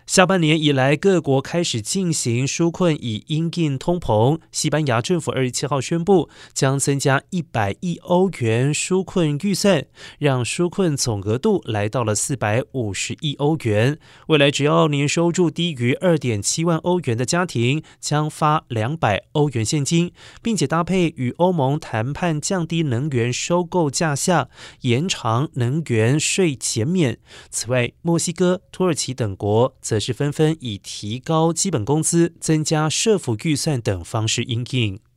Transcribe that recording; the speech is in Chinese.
下半年以来，各国开始进行纾困以因应通膨。西班牙政府27号宣布，将增加100亿欧元纾困预算，让纾困总额度来到了450亿欧元。未来只要年收入低于2.7万欧元的家庭，将发200欧元现金，并且搭配与欧盟谈判降低能源收购价下，延长能源税减免。此外，墨西哥、土耳其等国则是纷纷以提高基本工资、增加社福预算等方式因应。